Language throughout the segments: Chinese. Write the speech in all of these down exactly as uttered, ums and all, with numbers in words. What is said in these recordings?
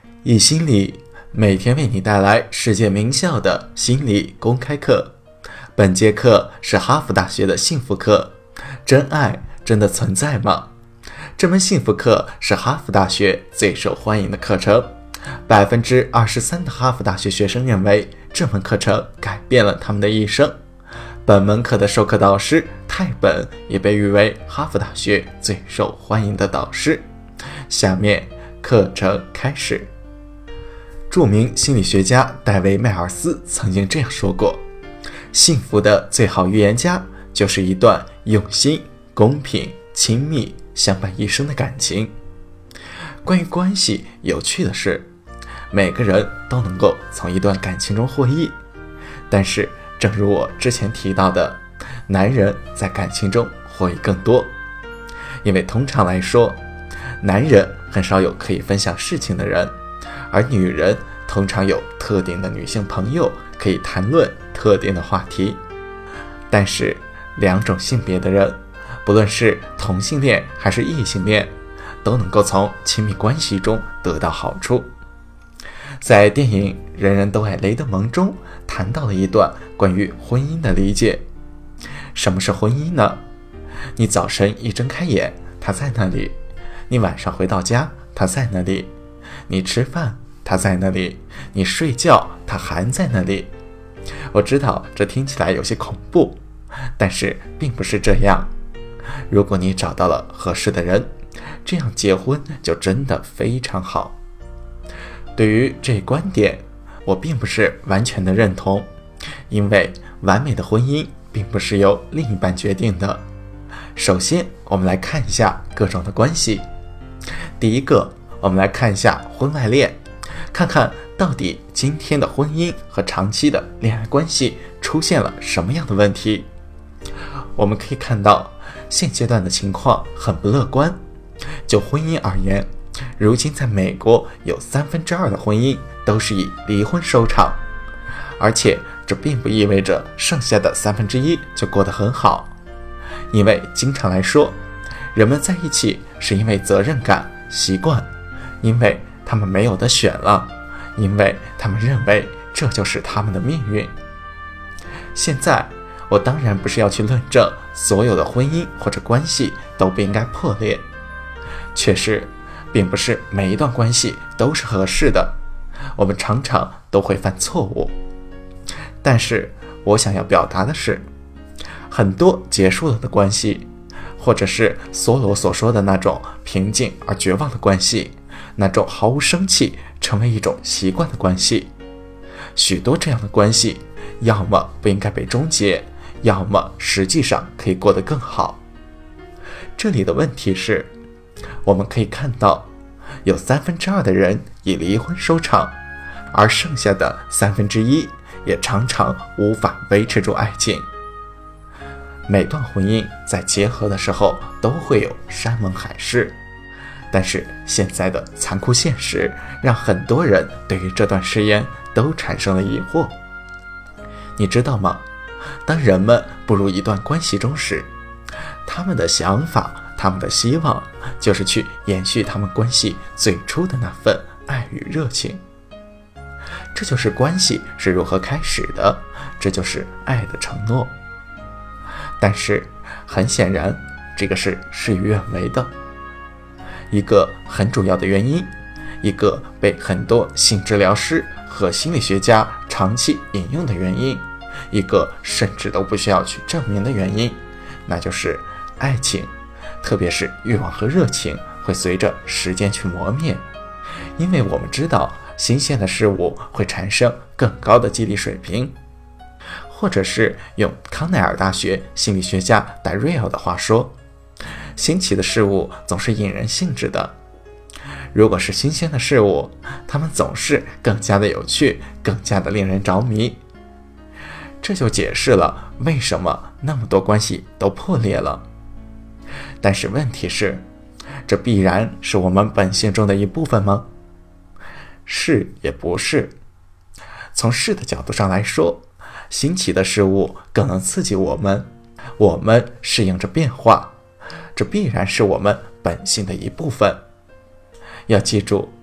易心理每天为你带来世界名校的心理公开课。本节课是哈佛大学的幸福课，真爱真的存在吗？这门幸福课是哈佛大学最受欢迎的课程， 百分之二十三 的哈佛大学学生认为这门课程改变了他们的一生。本门课的授课导师泰本也被誉为哈佛大学最受欢迎的导师。下面课程开始。著名心理学家戴维·迈尔斯曾经这样说过，幸福的最好预言家就是一段用心、公平、亲密、相伴一生的感情。关于关系，有趣的是，每个人都能够从一段感情中获益，但是正如我之前提到的，男人在感情中获益更多，因为通常来说，男人很少有可以分享事情的人，而女人通常有特定的女性朋友可以谈论特定的话题。但是两种性别的人，不论是同性恋还是异性恋，都能够从亲密关系中得到好处。在电影《人人都爱雷德蒙》中谈到了一段关于婚姻的理解。什么是婚姻呢？你早晨一睁开眼，他在那里；你晚上回到家，他在那里；你吃饭，他在那里；你睡觉，他还在那里。我知道这听起来有些恐怖，但是并不是这样。如果你找到了合适的人，这样结婚就真的非常好。对于这一观点，我并不是完全的认同，因为完美的婚姻并不是由另一半决定的。首先，我们来看一下各种的关系。第一个，我们来看一下婚外恋，看看到底今天的婚姻和长期的恋爱关系出现了什么样的问题。我们可以看到，现阶段的情况很不乐观。就婚姻而言，如今在美国有三分之二的婚姻都是以离婚收场，而且这并不意味着剩下的三分之一就过得很好，因为经常来说，人们在一起是因为责任感、习惯，因为他们没有得选了，因为他们认为这就是他们的命运。现在我当然不是要去论证所有的婚姻或者关系都不应该破裂，确实并不是每一段关系都是合适的，我们常常都会犯错误。但是我想要表达的是，很多结束了的关系，或者是梭罗所说的那种平静而绝望的关系，那种毫无生气成为一种习惯的关系，许多这样的关系要么不应该被终结，要么实际上可以过得更好。这里的问题是，我们可以看到有三分之二的人以离婚收场，而剩下的三分之一也常常无法维持住爱情。每段婚姻在结合的时候都会有山盟海誓，但是现在的残酷现实让很多人对于这段誓言都产生了疑惑。你知道吗？当人们步入一段关系中时，他们的想法，他们的希望就是去延续他们关系最初的那份爱与热情。这就是关系是如何开始的，这就是爱的承诺。但是很显然，这个是事与愿违的。一个很主要的原因，一个被很多性治疗师和心理学家长期引用的原因，一个甚至都不需要去证明的原因，那就是爱情，特别是欲望和热情，会随着时间去磨灭。因为我们知道新鲜的事物会产生更高的记忆水平，或者是用康奈尔大学心理学家戴瑞尔的话说，新奇的事物总是引人兴致的。如果是新鲜的事物，它们总是更加的有趣，更加的令人着迷。这就解释了为什么那么多关系都破裂了。但是问题是，这必然是我们本性中的一部分吗？是也不是。从是的角度上来说，新奇的事物更能刺激我们，我们适应着变化，这必然是我们本性的一部分。要记住，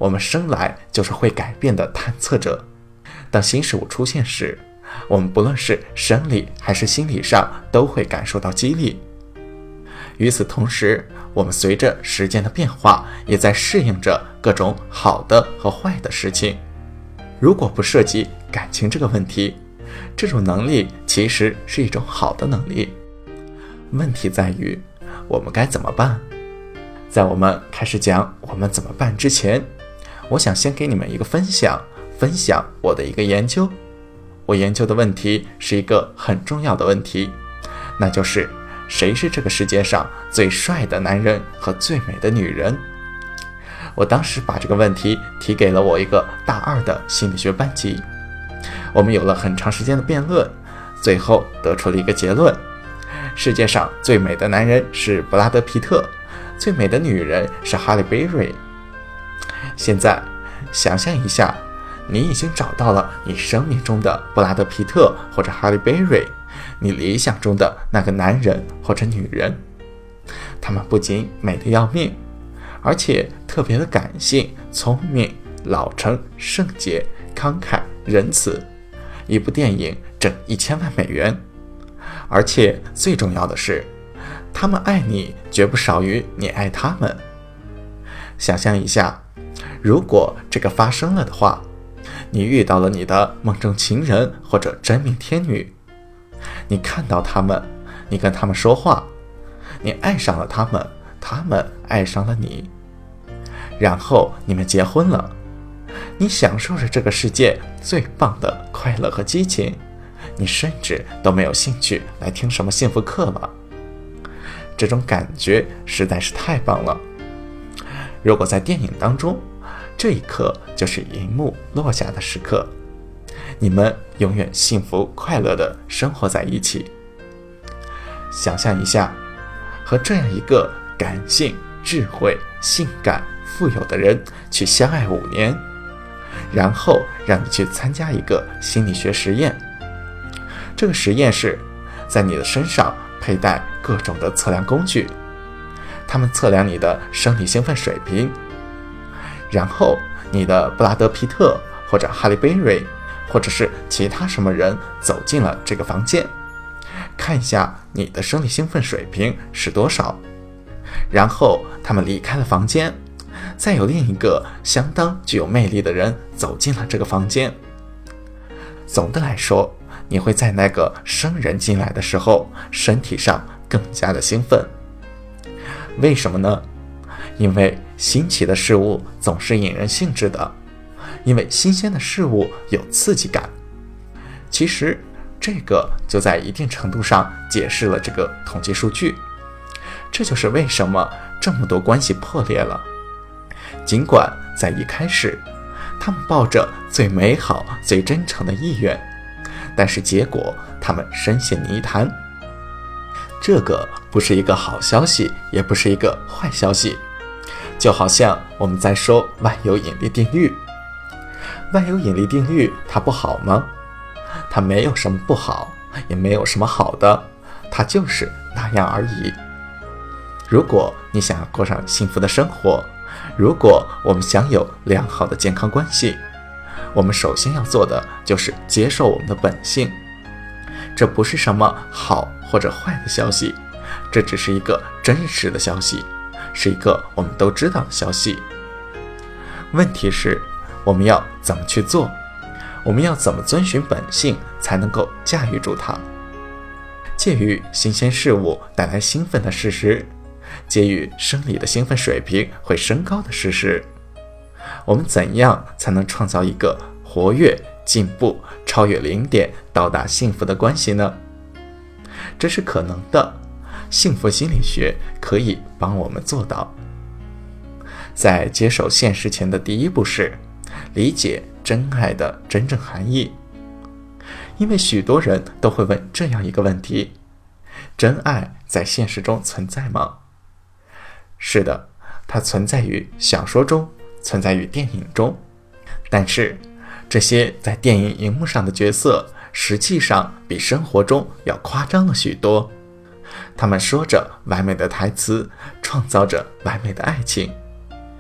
我们生来就是会改变的探测者。当新事物出现时，我们不论是生理还是心理上都会感受到激励。与此同时，我们随着时间的变化，也在适应着各种好的和坏的事情。如果不涉及感情这个问题，这种能力其实是一种好的能力。问题在于我们该怎么办？在我们开始讲我们怎么办之前，我想先给你们一个分享，分享我的一个研究。我研究的问题是一个很重要的问题，那就是谁是这个世界上最帅的男人和最美的女人？我当时把这个问题提给了我一个大二的心理学班级，我们有了很长时间的辩论，最后得出了一个结论：世界上最美的男人是布拉德·皮特，最美的女人是哈利·贝瑞。现在想象一下，你已经找到了你生命中的布拉德·皮特或者哈利·贝瑞，你理想中的那个男人或者女人。他们不仅美得要命，而且特别的感性、聪明、老成、圣洁、慷慨、仁慈。一部电影挣一千万美元，而且最重要的是，他们爱你绝不少于你爱他们。想象一下，如果这个发生了的话，你遇到了你的梦中情人或者真命天女，你看到他们，你跟他们说话，你爱上了他们，他们爱上了你，然后你们结婚了，你享受着这个世界最棒的快乐和激情，你甚至都没有兴趣来听什么幸福课了。这种感觉实在是太棒了。如果在电影当中，这一刻就是银幕落下的时刻，你们永远幸福快乐地生活在一起。想象一下，和这样一个感性、智慧、性感、富有的人去相爱五年，然后让你去参加一个心理学实验。这个实验是在你的身上佩戴各种的测量工具，他们测量你的生理兴奋水平，然后你的布拉德·皮特或者哈利·贝瑞或者是其他什么人走进了这个房间，看一下你的生理兴奋水平是多少，然后他们离开了房间，再有另一个相当具有魅力的人走进了这个房间。总的来说，你会在那个生人进来的时候，身体上更加的兴奋。为什么呢？因为新奇的事物总是引人兴致的，因为新鲜的事物有刺激感。其实这个就在一定程度上解释了这个统计数据，这就是为什么这么多关系破裂了。尽管在一开始他们抱着最美好最真诚的意愿，但是结果他们深陷泥潭。这个不是一个好消息，也不是一个坏消息。就好像我们在说万有引力定律，万有引力定律它不好吗？它没有什么不好，也没有什么好的，它就是那样而已。如果你想要过上幸福的生活，如果我们想有良好的健康关系，我们首先要做的就是接受我们的本性。这不是什么好或者坏的消息，这只是一个真实的消息，是一个我们都知道的消息。问题是我们要怎么去做，我们要怎么遵循本性才能够驾驭住它。介于新鲜事物带来兴奋的事实，介于生理的兴奋水平会升高的事实，我们怎样才能创造一个活跃、进步、超越零点到达幸福的关系呢？这是可能的，幸福心理学可以帮我们做到。在接受现实前的第一步是理解真爱的真正含义。因为许多人都会问这样一个问题：真爱在现实中存在吗？是的，它存在于小说中，存在于电影中，但是这些在电影荧幕上的角色实际上比生活中要夸张了许多。他们说着完美的台词，创造着完美的爱情。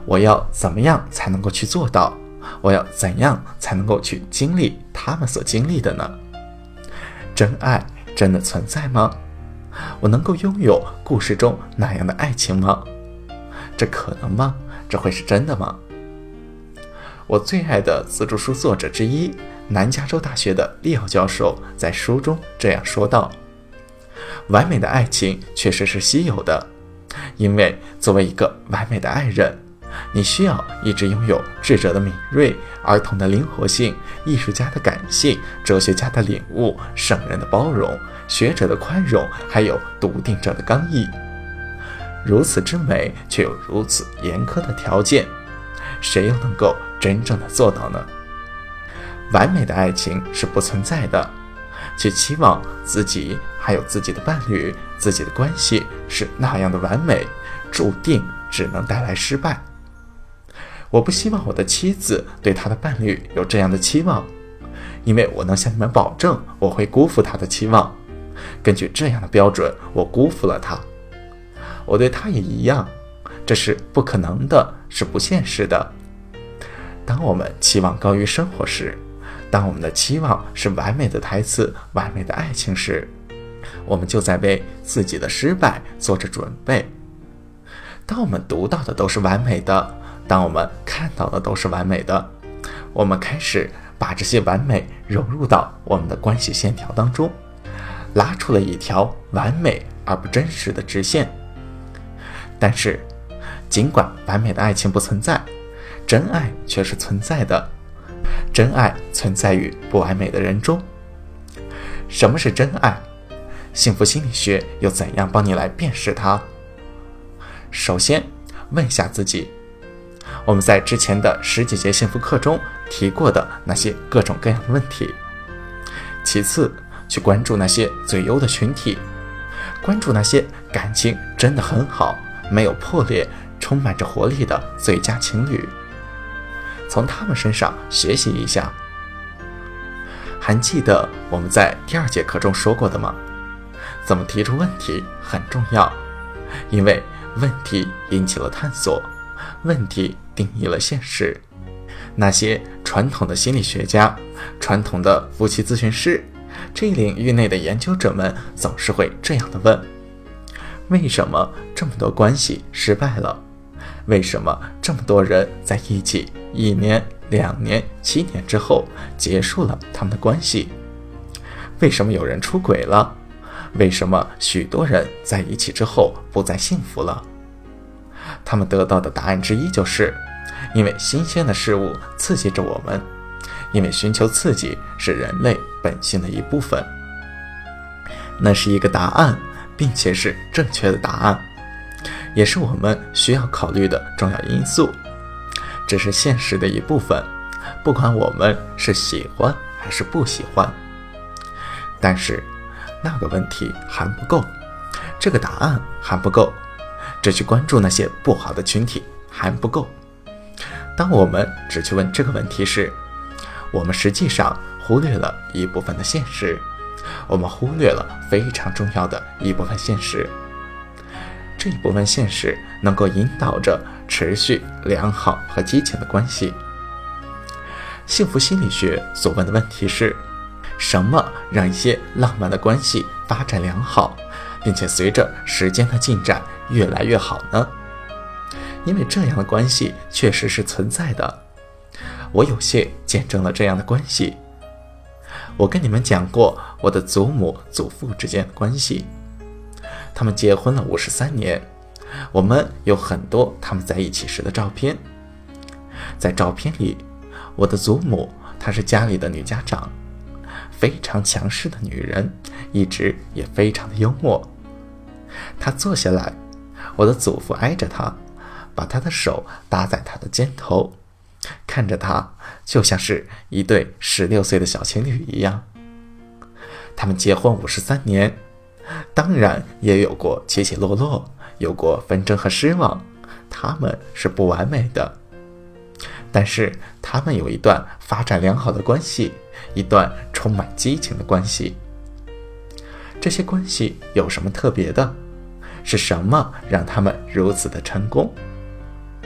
我要怎么样才能够去做到？我要怎样才能够去经历他们所经历的呢？真爱真的存在吗？我能够拥有故事中那样的爱情吗？这可能吗？这会是真的吗？我最爱的自助书作者之一，南加州大学的利奥教授在书中这样说道：完美的爱情确实是稀有的，因为作为一个完美的爱人，你需要一直拥有智者的敏锐、儿童的灵活性、艺术家的感性、哲学家的领悟、圣人的包容、学者的宽容，还有笃定者的刚毅。如此之美，却有如此严苛的条件，谁又能够真正的做到呢？完美的爱情是不存在的，去期望自己还有自己的伴侣、自己的关系是那样的完美，注定只能带来失败。我不希望我的妻子对她的伴侣有这样的期望，因为我能向你们保证，我会辜负她的期望。根据这样的标准，我辜负了她。我对她也一样，这是不可能的，是不现实的。当我们期望高于生活时，当我们的期望是完美的台词、完美的爱情时，我们就在为自己的失败做着准备。当我们读到的都是完美的，当我们看到的都是完美的，我们开始把这些完美融入到我们的关系线条当中，拉出了一条完美而不真实的直线。但是，尽管完美的爱情不存在，真爱却是存在的。真爱存在于不完美的人中。什么是真爱？幸福心理学又怎样帮你来辨识它？首先，问一下自己，我们在之前的十几节幸福课中提过的那些各种各样的问题。其次，去关注那些最优的群体，关注那些感情真的很好、没有破裂、充满着活力的最佳情侣，从他们身上学习一下。还记得我们在第二节课中说过的吗？怎么提出问题很重要，因为问题引起了探索，问题定义了现实。那些传统的心理学家、传统的夫妻咨询师，这一领域内的研究者们总是会这样的问：为什么这么多关系失败了？为什么这么多人在一起一年、两年、七年之后结束了他们的关系？为什么有人出轨了？为什么许多人在一起之后不再幸福了？他们得到的答案之一就是，因为新鲜的事物刺激着我们，因为寻求刺激是人类本性的一部分。那是一个答案，并且是正确的答案，也是我们需要考虑的重要因素。这是现实的一部分，不管我们是喜欢还是不喜欢。但是那个问题还不够，这个答案还不够，只去关注那些不好的群体还不够。当我们只去问这个问题时，我们实际上忽略了一部分的现实，我们忽略了非常重要的一部分现实。这一部分现实能够引导着持续良好和激情的关系。幸福心理学所问的问题是，什么让一些浪漫的关系发展良好，并且随着时间的进展越来越好呢？因为这样的关系确实是存在的，我有幸见证了这样的关系。我跟你们讲过我的祖母祖父之间的关系，他们结婚了五十三年，我们有很多他们在一起时的照片。在照片里，我的祖母她是家里的女家长，非常强势的女人，一直也非常的幽默。她坐下来，我的祖父挨着她，把她的手搭在她的肩头，看着她就像是一对十六岁的小情侣一样。他们结婚五十三年，当然也有过起起落落，有过纷争和失望，他们是不完美的，但是他们有一段发展良好的关系，一段充满激情的关系。这些关系有什么特别的？是什么让他们如此的成功？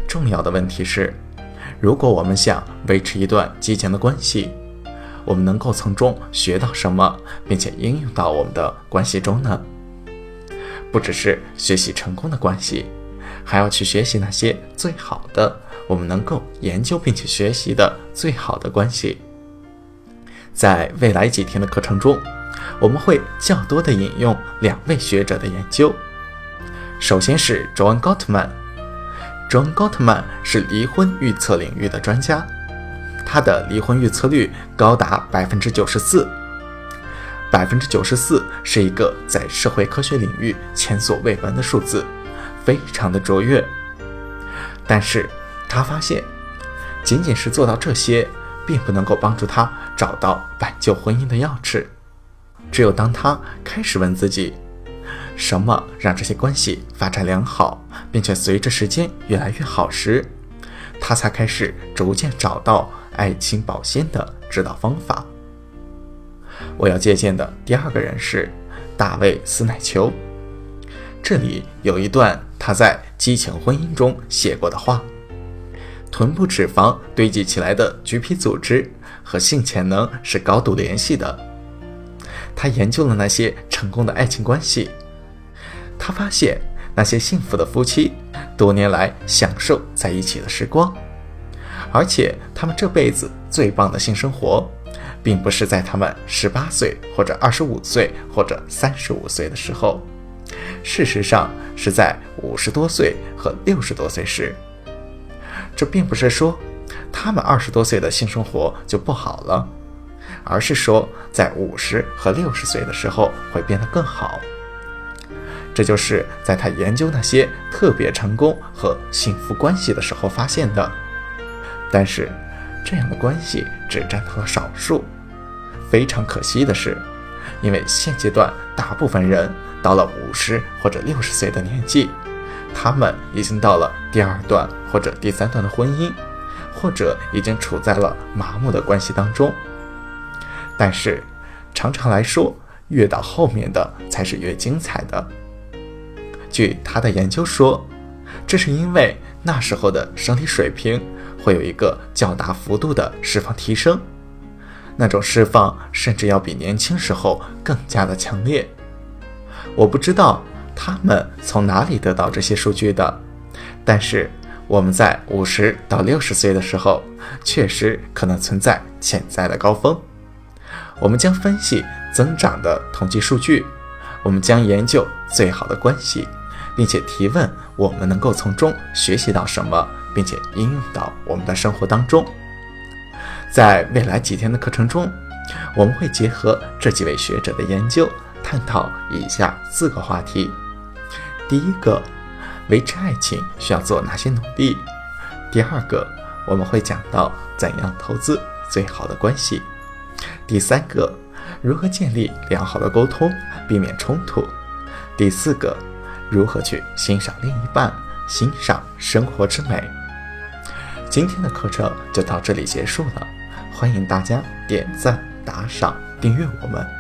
重要的问题是，如果我们想维持一段激情的关系，我们能够从中学到什么，并且应用到我们的关系中呢？不只是学习成功的关系，还要去学习那些最好的，我们能够研究并且学习的最好的关系。在未来几天的课程中，我们会较多的引用两位学者的研究。首先是 John Gottman。John Gottman 是离婚预测领域的专家，他的离婚预测率高达 百分之九十四。百分之九十四 是一个在社会科学领域前所未闻的数字，非常的卓越。但是他发现，仅仅是做到这些，并不能够帮助他找到挽救婚姻的钥匙。只有当他开始问自己，什么让这些关系发展良好，并且随着时间越来越好时，他才开始逐渐找到爱情保鲜的指导方法。我要借鉴的第二个人是大卫·斯乃丘。这里有一段他在《激情婚姻》中写过的话：臀部脂肪堆积起来的橘皮组织和性潜能是高度联系的。他研究了那些成功的爱情关系，他发现那些幸福的夫妻多年来享受在一起的时光，而且他们这辈子最棒的性生活并不是在他们十八岁或者二十五岁或者三十五岁的时候，事实上是在五十多岁和六十多岁时。这并不是说他们二十多岁的性生活就不好了，而是说在五十和六十岁的时候会变得更好。这就是在他研究那些特别成功和幸福关系的时候发现的。但是这样的关系只占到了少数。非常可惜的是，因为现阶段大部分人到了五十或者六十岁的年纪，他们已经到了第二段或者第三段的婚姻，或者已经处在了麻木的关系当中。但是常常来说，越到后面的才是越精彩的。据他的研究说，这是因为那时候的生理水平会有一个较大幅度的释放提升，那种释放甚至要比年轻时候更加的强烈。我不知道他们从哪里得到这些数据的，但是我们在五十到六十岁的时候，确实可能存在潜在的高峰。我们将分析增长的统计数据，我们将研究最好的关系，并且提问我们能够从中学习到什么，并且应用到我们的生活当中。在未来几天的课程中，我们会结合这几位学者的研究，探讨以下四个话题。第一个，维持爱情需要做哪些努力？第二个，我们会讲到怎样投资最好的关系。第三个，如何建立良好的沟通，避免冲突。第四个，如何去欣赏另一半，欣赏生活之美。今天的课程就到这里结束了，欢迎大家点赞、打赏、订阅我们。